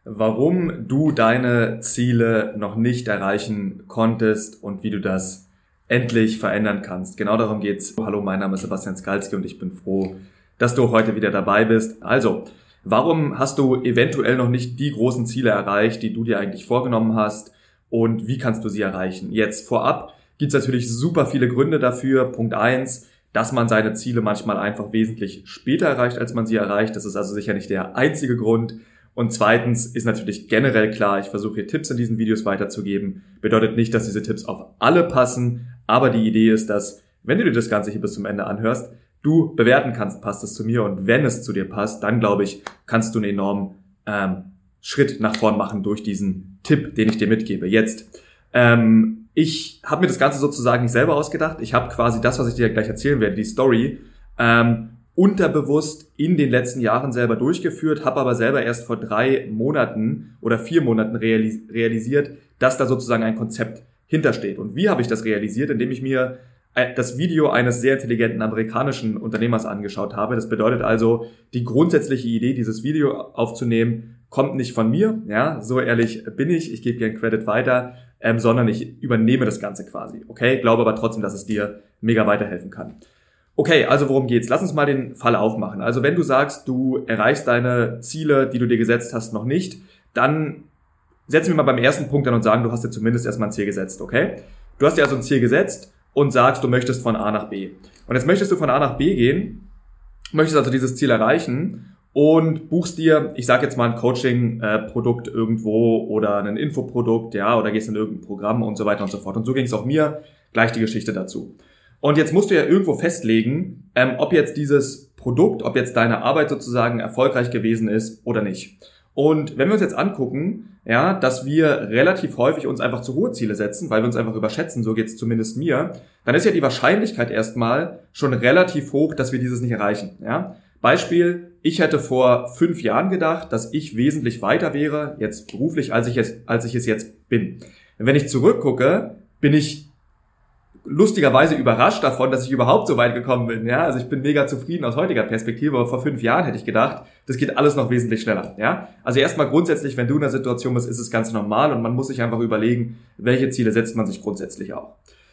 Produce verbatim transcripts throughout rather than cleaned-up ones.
warum du deine Ziele noch nicht erreichen konntest und wie du das endlich verändern kannst. Genau darum geht's. Hallo, mein Name ist Sebastian Skalski und ich bin froh, dass du heute wieder dabei bist. Also, warum hast du eventuell noch nicht die großen Ziele erreicht, die du dir eigentlich vorgenommen hast, und wie kannst du sie erreichen? Jetzt vorab gibt's natürlich super viele Gründe dafür. Punkt eins, dass man seine Ziele manchmal einfach wesentlich später erreicht, als man sie erreicht. Das ist also sicher nicht der einzige Grund. Und zweitens ist natürlich generell klar, ich versuche hier Tipps in diesen Videos weiterzugeben. Bedeutet nicht, dass diese Tipps auf alle passen, aber die Idee ist, dass, wenn du dir das Ganze hier bis zum Ende anhörst, du bewerten kannst, passt es zu mir, und wenn es zu dir passt, dann glaube ich, kannst du einen enormen ähm, Schritt nach vorn machen durch diesen Tipp, den ich dir mitgebe. Jetzt, ähm, ich habe mir das Ganze sozusagen nicht selber ausgedacht. Ich habe quasi das, was ich dir gleich erzählen werde, die Story, ähm, unterbewusst in den letzten Jahren selber durchgeführt, habe aber selber erst vor drei Monaten oder vier Monaten realis- realisiert, dass da sozusagen ein Konzept hintersteht. Und wie habe ich das realisiert? Indem ich mir das Video eines sehr intelligenten amerikanischen Unternehmers angeschaut habe. Das bedeutet also, die grundsätzliche Idee, dieses Video aufzunehmen, kommt nicht von mir. Ja, so ehrlich bin ich. Ich gebe dir einen Credit weiter, ähm, sondern ich übernehme das Ganze quasi. Okay, glaube aber trotzdem, dass es dir mega weiterhelfen kann. Okay, also worum geht's? Lass uns mal den Fall aufmachen. Also wenn du sagst, du erreichst deine Ziele, die du dir gesetzt hast, noch nicht, dann setzen wir mal beim ersten Punkt an und sagen, du hast dir zumindest erstmal ein Ziel gesetzt, okay? Du hast dir also ein Ziel gesetzt und sagst, du möchtest von A nach B. Und jetzt möchtest du von A nach B gehen, möchtest also dieses Ziel erreichen und buchst dir, ich sage jetzt mal, ein Coaching-Produkt irgendwo oder ein Infoprodukt, ja, oder gehst in irgendein Programm und so weiter und so fort. Und so ging es auch mir, gleich die Geschichte dazu. Und jetzt musst du ja irgendwo festlegen, ähm, ob jetzt dieses Produkt, ob jetzt deine Arbeit sozusagen erfolgreich gewesen ist oder nicht. Und wenn wir uns jetzt angucken, ja, dass wir relativ häufig uns einfach zu hohe Ziele setzen, weil wir uns einfach überschätzen, so geht's zumindest mir, dann ist ja die Wahrscheinlichkeit erstmal schon relativ hoch, dass wir dieses nicht erreichen. Ja? Beispiel, ich hätte vor fünf Jahren gedacht, dass ich wesentlich weiter wäre, jetzt beruflich, als ich es, als ich es jetzt bin. Wenn ich zurückgucke, bin ich lustigerweise überrascht davon, dass ich überhaupt so weit gekommen bin. Ja, also ich bin mega zufrieden aus heutiger Perspektive, aber vor fünf Jahren hätte ich gedacht, das geht alles noch wesentlich schneller. Ja, also erstmal grundsätzlich, wenn du in der Situation bist, ist es ganz normal und man muss sich einfach überlegen, welche Ziele setzt man sich grundsätzlich auch.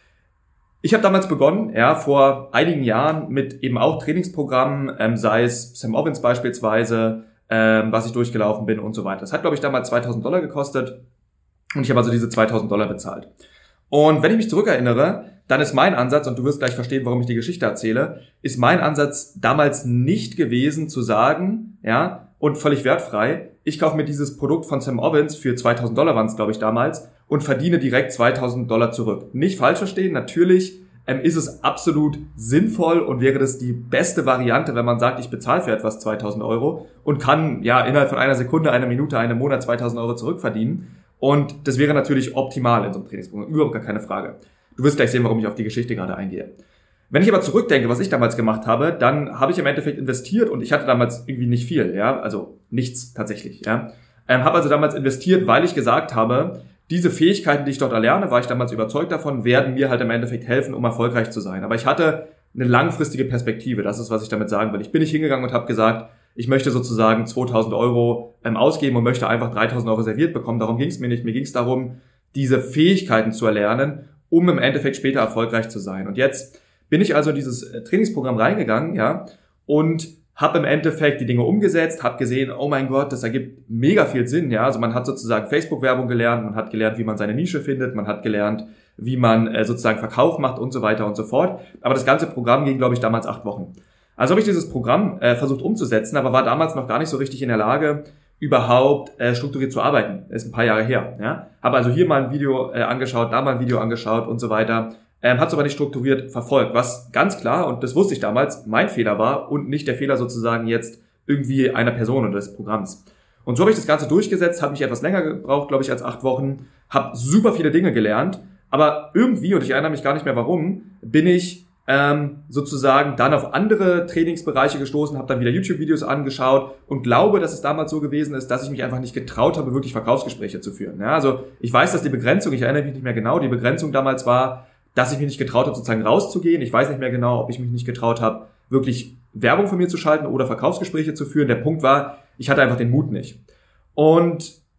Ich habe damals begonnen, ja, vor einigen Jahren mit eben auch Trainingsprogrammen, ähm, sei es Sam Ovens beispielsweise, ähm, was ich durchgelaufen bin und so weiter. Das hat, glaube ich, damals zweitausend Dollar gekostet und ich habe also diese zweitausend Dollar bezahlt. Und wenn ich mich zurückerinnere, dann ist mein Ansatz, und du wirst gleich verstehen, warum ich die Geschichte erzähle, ist mein Ansatz damals nicht gewesen zu sagen, ja, und völlig wertfrei, ich kaufe mir dieses Produkt von Sam Ovens für zweitausend Dollar waren es, glaube ich, damals, und verdiene direkt zweitausend Dollar zurück. Nicht falsch verstehen, natürlich ähm, ist es absolut sinnvoll und wäre das die beste Variante, wenn man sagt, ich bezahle für etwas zweitausend Euro und kann ja innerhalb von einer Sekunde, einer Minute, einem Monat zweitausend Euro zurückverdienen. Und das wäre natürlich optimal in so einem Trainingsprogramm, überhaupt gar keine Frage. Du wirst gleich sehen, warum ich auf die Geschichte gerade eingehe. Wenn ich aber zurückdenke, was ich damals gemacht habe, dann habe ich im Endeffekt investiert und ich hatte damals irgendwie nicht viel, ja, also nichts tatsächlich, ja. Ähm, habe also damals investiert, weil ich gesagt habe, diese Fähigkeiten, die ich dort erlerne, war ich damals überzeugt davon, werden mir halt im Endeffekt helfen, um erfolgreich zu sein. Aber ich hatte eine langfristige Perspektive, das ist, was ich damit sagen will. Ich bin nicht hingegangen und habe gesagt, ich möchte sozusagen zweitausend Euro ähm, ausgeben und möchte einfach dreitausend Euro serviert bekommen. Darum ging es mir nicht. Mir ging es darum, diese Fähigkeiten zu erlernen, um im Endeffekt später erfolgreich zu sein. Und jetzt bin ich also in dieses Trainingsprogramm reingegangen, ja, und habe im Endeffekt die Dinge umgesetzt, habe gesehen, oh mein Gott, das ergibt mega viel Sinn, ja. Also man hat sozusagen Facebook-Werbung gelernt, man hat gelernt, wie man seine Nische findet, man hat gelernt, wie man äh, sozusagen Verkauf macht und so weiter und so fort. Aber das ganze Programm ging, glaube ich, damals acht Wochen. Also habe ich dieses Programm äh, versucht umzusetzen, aber war damals noch gar nicht so richtig in der Lage, überhaupt äh, strukturiert zu arbeiten. Das ist ein paar Jahre her. Ja? Habe also hier mal ein Video äh, angeschaut, da mal ein Video angeschaut und so weiter. Ähm, hat es aber nicht strukturiert verfolgt, was ganz klar, und das wusste ich damals, mein Fehler war und nicht der Fehler sozusagen jetzt irgendwie einer Person oder des Programms. Und so habe ich das Ganze durchgesetzt, habe mich etwas länger gebraucht, glaube ich, als acht Wochen, habe super viele Dinge gelernt, aber irgendwie, und ich erinnere mich gar nicht mehr warum, bin ich ähm, sozusagen dann auf andere Trainingsbereiche gestoßen, habe dann wieder YouTube-Videos angeschaut und glaube, dass es damals so gewesen ist, dass ich mich einfach nicht getraut habe, wirklich Verkaufsgespräche zu führen. Ja, also ich weiß, dass die Begrenzung, ich erinnere mich nicht mehr genau, die Begrenzung damals war, dass ich mich nicht getraut habe, sozusagen rauszugehen. Ich weiß nicht mehr genau, ob ich mich nicht getraut habe, wirklich Werbung von mir zu schalten oder Verkaufsgespräche zu führen. Der Punkt war, ich hatte einfach den Mut nicht. Und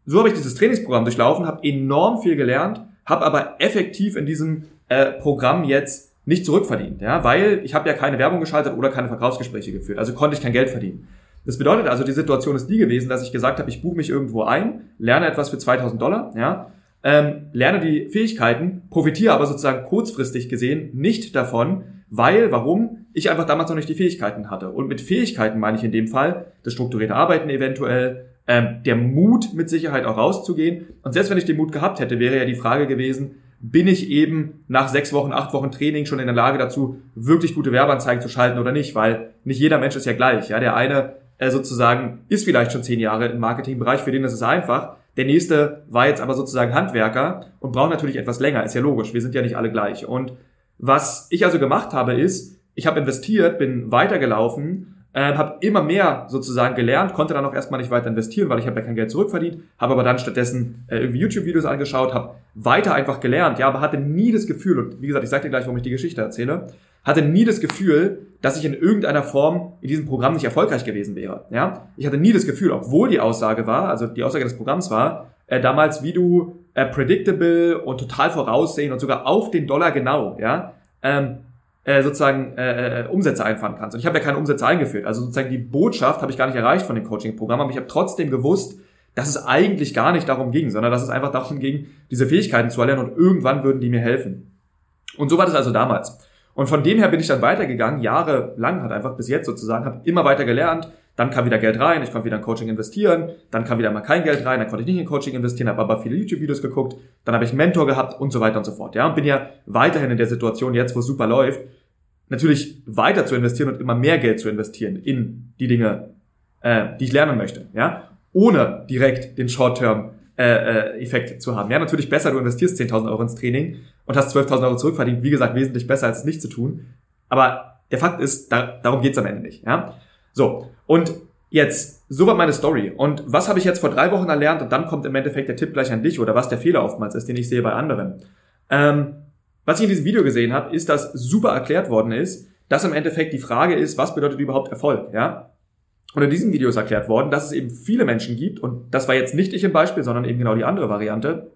so habe ich dieses Trainingsprogramm durchlaufen, habe enorm viel gelernt, habe aber effektiv in diesem äh, Programm jetzt nicht zurückverdient, ja, weil ich habe ja keine Werbung geschaltet oder keine Verkaufsgespräche geführt, also konnte ich kein Geld verdienen. Das bedeutet also, die Situation ist die gewesen, dass ich gesagt habe, ich buche mich irgendwo ein, lerne etwas für zweitausend Dollar, ja, ähm, lerne die Fähigkeiten, profitiere aber sozusagen kurzfristig gesehen nicht davon, weil, warum? Ich einfach damals noch nicht die Fähigkeiten hatte. Und mit Fähigkeiten meine ich in dem Fall das strukturierte Arbeiten eventuell, ähm, der Mut mit Sicherheit auch rauszugehen. Und selbst wenn ich den Mut gehabt hätte, wäre ja die Frage gewesen, bin ich eben nach sechs Wochen, acht Wochen Training schon in der Lage dazu, wirklich gute Werbeanzeigen zu schalten oder nicht? Weil nicht jeder Mensch ist ja gleich. Ja, der eine äh, sozusagen ist vielleicht schon zehn Jahre im Marketingbereich, für den ist es einfach. Der nächste war jetzt aber sozusagen Handwerker und braucht natürlich etwas länger. Ist ja logisch, wir sind ja nicht alle gleich. Und was ich also gemacht habe, ist, ich habe investiert, bin weitergelaufen, äh, habe immer mehr sozusagen gelernt, konnte dann auch erstmal nicht weiter investieren, weil ich habe ja kein Geld zurückverdient, habe aber dann stattdessen äh, irgendwie YouTube-Videos angeschaut, habe weiter einfach gelernt, ja, aber hatte nie das Gefühl, und wie gesagt, ich sage dir gleich, warum ich die Geschichte erzähle, hatte nie das Gefühl, dass ich in irgendeiner Form in diesem Programm nicht erfolgreich gewesen wäre. Ja, ich hatte nie das Gefühl, obwohl die Aussage war, also die Aussage des Programms war, äh, damals, wie du äh, predictable und total voraussehen und sogar auf den Dollar genau, ja, ähm, äh, sozusagen äh, äh, Umsätze einfahren kannst. Und ich habe ja keine Umsätze eingeführt. Also sozusagen die Botschaft habe ich gar nicht erreicht von dem Coaching-Programm, aber ich habe trotzdem gewusst, dass es eigentlich gar nicht darum ging, sondern dass es einfach darum ging, diese Fähigkeiten zu erlernen und irgendwann würden die mir helfen. Und so war das also damals. Und von dem her bin ich dann weitergegangen, jahrelang halt einfach bis jetzt sozusagen, habe immer weiter gelernt, dann kam wieder Geld rein, ich konnte wieder in Coaching investieren, dann kam wieder mal kein Geld rein, dann konnte ich nicht in Coaching investieren, habe aber viele YouTube-Videos geguckt, dann habe ich einen Mentor gehabt und so weiter und so fort. Ja, und bin ja weiterhin in der Situation jetzt, wo es super läuft, natürlich weiter zu investieren und immer mehr Geld zu investieren in die Dinge, äh, die ich lernen möchte, ja, ohne direkt den Short-Term Äh, Effekt zu haben. Ja, natürlich besser, du investierst zehntausend Euro ins Training und hast zwölftausend Euro zurückverdient. Wie gesagt, wesentlich besser, als es nicht zu tun. Aber der Fakt ist, da, darum geht's am Ende nicht. Ja, so. Und jetzt, so war meine Story. Und was habe ich jetzt vor drei Wochen erlernt? Und dann kommt im Endeffekt der Tipp gleich an dich oder was der Fehler oftmals ist, den ich sehe bei anderen. Ähm, was ich in diesem Video gesehen habe, ist, dass super erklärt worden ist, dass im Endeffekt die Frage ist, was bedeutet überhaupt Erfolg? Ja. Und in diesem Video ist erklärt worden, dass es eben viele Menschen gibt, und das war jetzt nicht ich im Beispiel, sondern eben genau die andere Variante,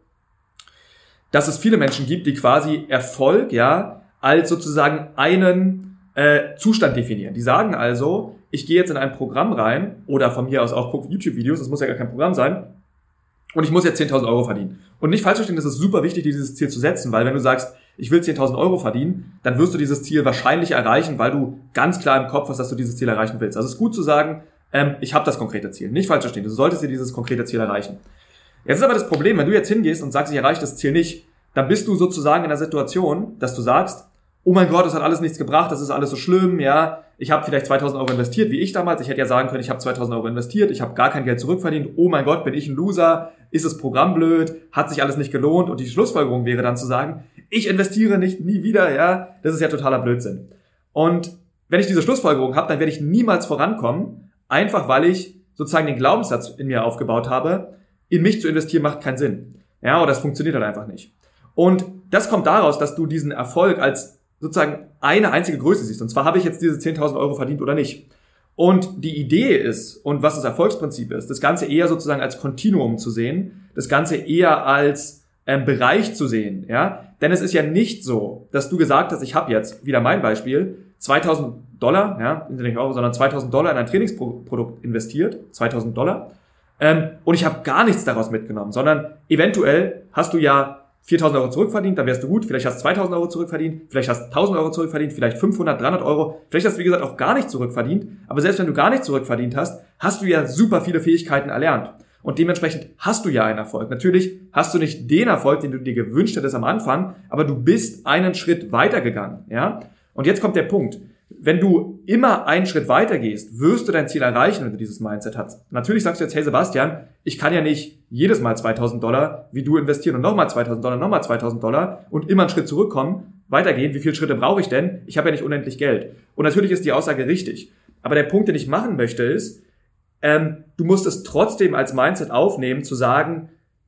dass es viele Menschen gibt, die quasi Erfolg, ja, als sozusagen einen äh, Zustand definieren. Die sagen also, ich gehe jetzt in ein Programm rein, oder von mir aus auch gucke YouTube-Videos, das muss ja gar kein Programm sein, und ich muss jetzt zehntausend Euro verdienen. Und nicht falsch verstehen, es ist super wichtig, dieses Ziel zu setzen, weil wenn du sagst, ich will zehntausend Euro verdienen, dann wirst du dieses Ziel wahrscheinlich erreichen, weil du ganz klar im Kopf hast, dass du dieses Ziel erreichen willst. Also es ist gut zu sagen, ähm, ich habe das konkrete Ziel. Nicht falsch verstehen, du solltest dir dieses konkrete Ziel erreichen. Jetzt ist aber das Problem, wenn du jetzt hingehst und sagst, ich erreiche das Ziel nicht, dann bist du sozusagen in der Situation, dass du sagst, oh mein Gott, das hat alles nichts gebracht, das ist alles so schlimm, ja, ich habe vielleicht zweitausend Euro investiert, wie ich damals, ich hätte ja sagen können, ich habe zweitausend Euro investiert, ich habe gar kein Geld zurückverdient, oh mein Gott, bin ich ein Loser, ist das Programm blöd, hat sich alles nicht gelohnt, und die Schlussfolgerung wäre dann zu sagen, ich investiere nicht, nie wieder, ja, das ist ja totaler Blödsinn. Und wenn ich diese Schlussfolgerung habe, dann werde ich niemals vorankommen, einfach weil ich sozusagen den Glaubenssatz in mir aufgebaut habe, in mich zu investieren macht keinen Sinn. Ja, oder das funktioniert halt einfach nicht. Und das kommt daraus, dass du diesen Erfolg als sozusagen eine einzige Größe siehst. Und zwar, habe ich jetzt diese zehntausend Euro verdient oder nicht. Und die Idee ist, und was das Erfolgsprinzip ist, das Ganze eher sozusagen als Kontinuum zu sehen, das Ganze eher als ähm, Bereich zu sehen. Ja, denn es ist ja nicht so, dass du gesagt hast, ich habe jetzt, wieder mein Beispiel, zweitausend Dollar, ja, nicht Euro, sondern zweitausend Dollar in ein Trainingsprodukt investiert, zweitausend Dollar, ähm, und ich habe gar nichts daraus mitgenommen, sondern eventuell hast du ja viertausend Euro zurückverdient, dann wärst du gut, vielleicht hast du zweitausend Euro zurückverdient, vielleicht hast du tausend Euro zurückverdient, vielleicht fünfhundert, dreihundert Euro, vielleicht hast du, wie gesagt, auch gar nicht zurückverdient, aber selbst wenn du gar nicht zurückverdient hast, hast du ja super viele Fähigkeiten erlernt. Und dementsprechend hast du ja einen Erfolg. Natürlich hast du nicht den Erfolg, den du dir gewünscht hättest am Anfang, aber du bist einen Schritt weitergegangen, ja? Und jetzt kommt der Punkt. Wenn du immer einen Schritt weiter gehst, wirst du dein Ziel erreichen, wenn du dieses Mindset hast. Natürlich sagst du jetzt, hey Sebastian, ich kann ja nicht jedes Mal zweitausend Dollar wie du investieren und nochmal zweitausend Dollar, nochmal zweitausend Dollar und immer einen Schritt zurückkommen, weitergehen. Wie viele Schritte brauche ich denn? Ich habe ja nicht unendlich Geld. Und natürlich ist die Aussage richtig. Aber der Punkt, den ich machen möchte, ist, ähm, du musst es trotzdem als Mindset aufnehmen, zu sagen,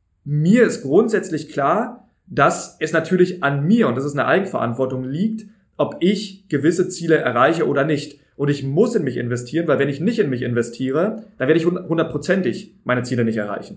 mir ist grundsätzlich klar, dass es natürlich an mir, und das ist eine Eigenverantwortung, liegt, ob ich gewisse Ziele erreiche oder nicht. Und ich muss in mich investieren, weil wenn ich nicht in mich investiere, dann werde ich hundertprozentig meine Ziele nicht erreichen.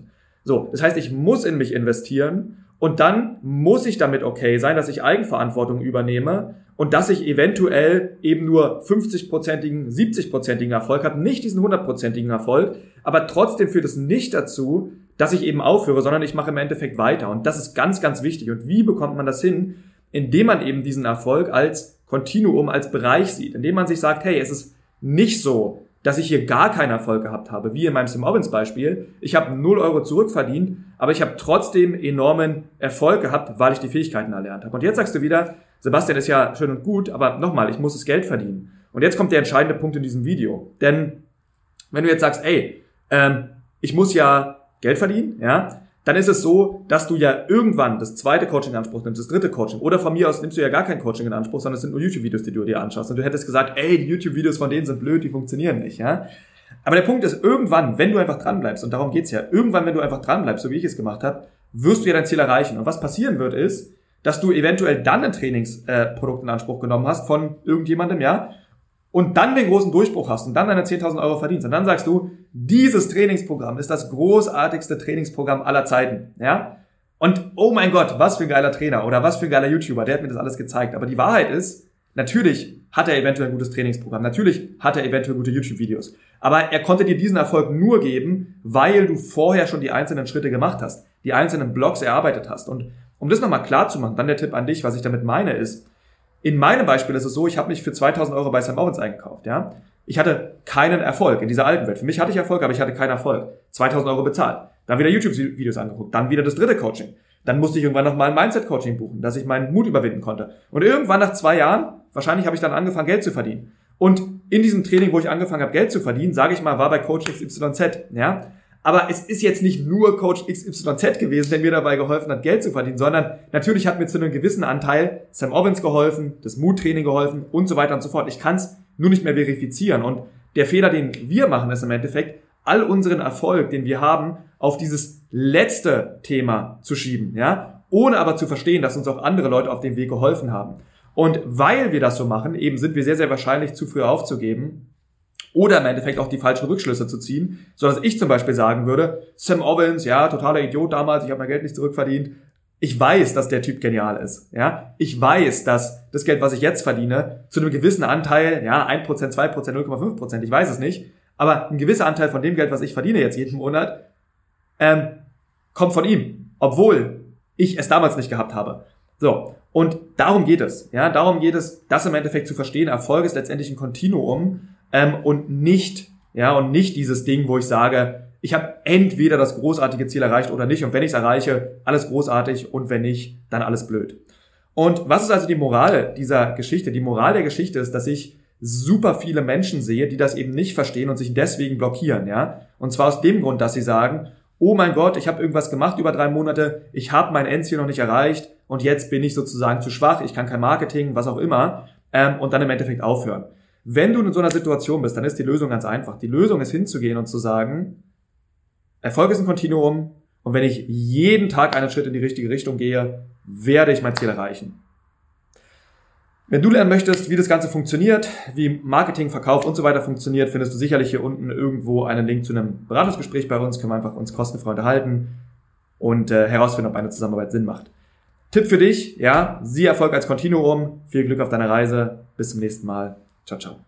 So, das heißt, ich muss in mich investieren und dann muss ich damit okay sein, dass ich Eigenverantwortung übernehme und dass ich eventuell eben nur fünfzig-prozentigen, siebzig-prozentigen Erfolg habe, nicht diesen hundert-prozentigen Erfolg, aber trotzdem führt es nicht dazu, dass ich eben aufhöre, sondern ich mache im Endeffekt weiter. Und das ist ganz, ganz wichtig. Und wie bekommt man das hin? Indem man eben diesen Erfolg als Kontinuum, als Bereich sieht. Indem man sich sagt, hey, es ist nicht so, dass ich hier gar keinen Erfolg gehabt habe, wie in meinem Sam Ovens Beispiel. Ich habe null Euro zurückverdient, aber ich habe trotzdem enormen Erfolg gehabt, weil ich die Fähigkeiten erlernt habe. Und jetzt sagst du wieder, Sebastian, ist ja schön und gut, aber nochmal, ich muss das Geld verdienen. Und jetzt kommt der entscheidende Punkt in diesem Video. Denn wenn du jetzt sagst, ey, ähm, ich muss ja Geld verdienen, ja, dann ist es so, dass du ja irgendwann das zweite Coaching in Anspruch nimmst, das dritte Coaching. Oder von mir aus nimmst du ja gar kein Coaching in Anspruch, sondern es sind nur YouTube-Videos, die du dir anschaust. Und du hättest gesagt, ey, die YouTube-Videos von denen sind blöd, die funktionieren nicht, ja. Aber der Punkt ist, irgendwann, wenn du einfach dranbleibst, und darum geht's ja, irgendwann, wenn du einfach dranbleibst, so wie ich es gemacht habe, wirst du ja dein Ziel erreichen. Und was passieren wird, ist, dass du eventuell dann ein Trainingsprodukt in Anspruch genommen hast von irgendjemandem, ja, und dann den großen Durchbruch hast und dann deine zehntausend Euro verdienst. Und dann sagst du, dieses Trainingsprogramm ist das großartigste Trainingsprogramm aller Zeiten, ja. Und oh mein Gott, was für ein geiler Trainer oder was für ein geiler YouTuber, der hat mir das alles gezeigt. Aber die Wahrheit ist, natürlich hat er eventuell ein gutes Trainingsprogramm, natürlich hat er eventuell gute YouTube-Videos. Aber er konnte dir diesen Erfolg nur geben, weil du vorher schon die einzelnen Schritte gemacht hast, die einzelnen Blogs erarbeitet hast. Und um das nochmal klar zu machen, dann der Tipp an dich, was ich damit meine, ist, in meinem Beispiel ist es so, ich habe mich für zweitausend Euro bei Sam Ovens eingekauft, ja. Ich hatte keinen Erfolg in dieser alten Welt. Für mich hatte ich Erfolg, aber ich hatte keinen Erfolg. zweitausend Euro bezahlt. Dann wieder YouTube-Videos angeguckt. Dann wieder das dritte Coaching. Dann musste ich irgendwann nochmal ein Mindset-Coaching buchen, dass ich meinen Mut überwinden konnte. Und irgendwann nach zwei Jahren, wahrscheinlich habe ich dann angefangen, Geld zu verdienen. Und in diesem Training, wo ich angefangen habe, Geld zu verdienen, sage ich mal, war bei Coach X Y Z, ja. Aber es ist jetzt nicht nur Coach X Y Z gewesen, der mir dabei geholfen hat, Geld zu verdienen, sondern natürlich hat mir zu einem gewissen Anteil Sam Ovens geholfen, das Mut-Training geholfen und so weiter und so fort. Ich kann es nur nicht mehr verifizieren. Und der Fehler, den wir machen, ist im Endeffekt, all unseren Erfolg, den wir haben, auf dieses letzte Thema zu schieben, ja, ohne aber zu verstehen, dass uns auch andere Leute auf dem Weg geholfen haben. Und weil wir das so machen, eben sind wir sehr, sehr wahrscheinlich zu früh aufzugeben, oder im Endeffekt auch die falschen Rückschlüsse zu ziehen, so dass ich zum Beispiel sagen würde, Sam Ovens, ja, totaler Idiot damals, ich habe mein Geld nicht zurückverdient. Ich weiß, dass der Typ genial ist, ja. Ich weiß, dass das Geld, was ich jetzt verdiene, zu einem gewissen Anteil, ja, ein Prozent, zwei Prozent, null Komma fünf Prozent, ich weiß es nicht, aber ein gewisser Anteil von dem Geld, was ich verdiene jetzt jeden Monat, ähm, kommt von ihm, obwohl ich es damals nicht gehabt habe. So, und darum geht es, ja, darum geht es, das im Endeffekt zu verstehen. Erfolg ist letztendlich ein Kontinuum, Ähm, und nicht, ja, und nicht dieses Ding, wo ich sage, ich habe entweder das großartige Ziel erreicht oder nicht und wenn ich es erreiche, alles großartig und wenn nicht, dann alles blöd. Und was ist also die Moral dieser Geschichte? Die Moral der Geschichte ist, dass ich super viele Menschen sehe, die das eben nicht verstehen und sich deswegen blockieren, ja. Und zwar aus dem Grund, dass sie sagen, oh mein Gott, ich habe irgendwas gemacht über drei Monate, ich habe mein Endziel noch nicht erreicht und jetzt bin ich sozusagen zu schwach, ich kann kein Marketing, was auch immer, ähm, und dann im Endeffekt aufhören. Wenn du in so einer Situation bist, dann ist die Lösung ganz einfach. Die Lösung ist hinzugehen und zu sagen, Erfolg ist ein Kontinuum und wenn ich jeden Tag einen Schritt in die richtige Richtung gehe, werde ich mein Ziel erreichen. Wenn du lernen möchtest, wie das Ganze funktioniert, wie Marketing, Verkauf und so weiter funktioniert, findest du sicherlich hier unten irgendwo einen Link zu einem Beratungsgespräch bei uns. Können wir einfach uns kostenfrei unterhalten und äh, herausfinden, ob eine Zusammenarbeit Sinn macht. Tipp für dich, ja, sieh Erfolg als Kontinuum. Viel Glück auf deiner Reise. Bis zum nächsten Mal. Ciao, ciao.